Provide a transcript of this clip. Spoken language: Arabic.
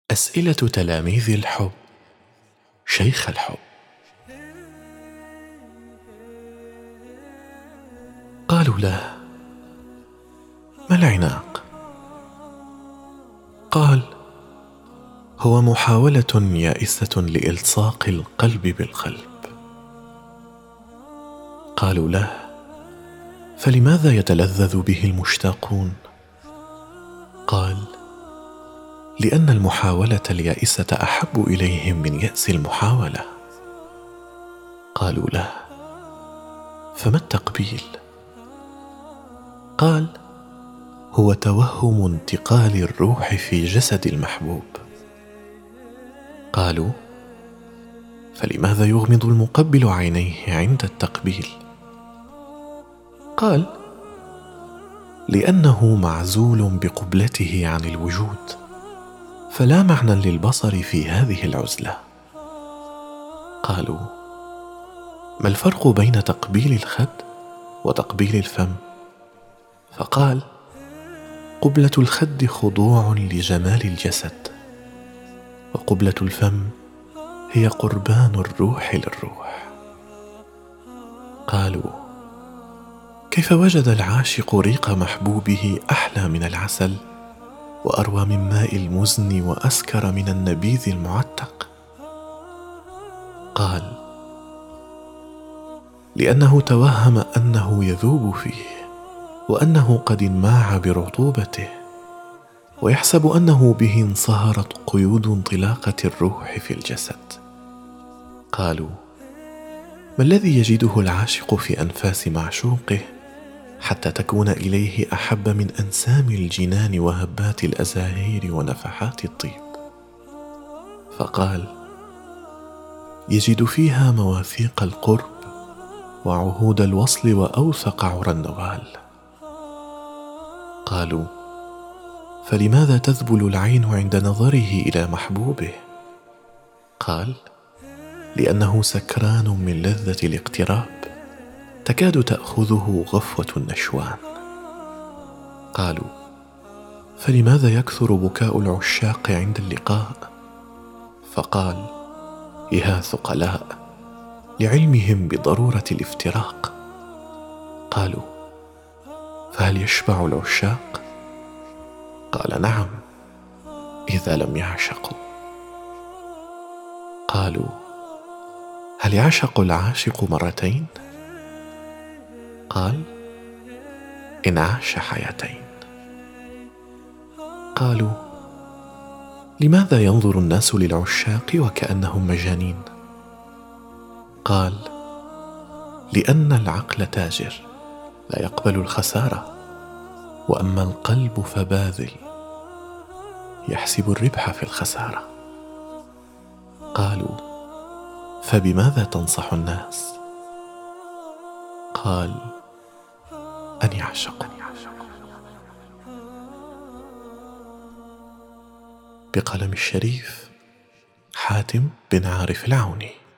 أسئلة تلاميذ الحب. شيخ الحب. قالوا له: ما العناق؟ قال: هو محاولة يائسة لإلصاق القلب بالقلب. قالوا له: فلماذا يتلذذ به المشتاقون؟ قال: لأن المحاولة اليائسة أحب إليهم من يأس المحاولة. قالوا له: فما التقبيل؟ قال: هو توهم انتقال الروح في جسد المحبوب. قالوا: فلماذا يغمض المقبل عينيه عند التقبيل؟ قال: لأنه معزول بقبلته عن الوجود، فلا معنى للبصر في هذه العزلة. قالوا: ما الفرق بين تقبيل الخد وتقبيل الفم؟ فقال: قبلة الخد خضوع لجمال الجسد، وقبلة الفم هي قربان الروح للروح. قالوا: كيف وجد العاشق ريق محبوبه أحلى من العسل، وأروى من ماء المزن، وأسكر من النبيذ المعتق؟ قال: لأنه توهم أنه يذوب فيه، وأنه قد انماع برطوبته، ويحسب أنه به انصهرت قيود انطلاقة الروح في الجسد. قالوا: ما الذي يجده العاشق في أنفاس معشوقه حتى تكون إليه أحب من أنسام الجنان وهبات الأزاهير ونفحات الطيب؟ فقال: يجد فيها مواثيق القرب وعهود الوصل وأوثق عرى النوال. قالوا: فلماذا تذبل العين عند نظره إلى محبوبه؟ قال: لأنه سكران من لذة الاقتراب، تكاد تأخذه غفوة النشوان. قالوا: فلماذا يكثر بكاء العشاق عند اللقاء؟ فقال: يا ثقلاء، لعلمهم بضرورة الافتراق. قالوا: فهل يشبع العشاق؟ قال: نعم، إذا لم يعشقوا. قالوا: هل يعشق العاشق مرتين؟ قال: إن عاش حياتين. قالوا: لماذا ينظر الناس للعشاق وكأنهم مجانين؟ قال: لأن العقل تاجر لا يقبل الخسارة، وأما القلب فباذل يحسب الربح في الخسارة. قالوا: فبماذا تنصح الناس؟ قال: أن يعشقوا. بقلم الشريف حاتم بن عارف العوني.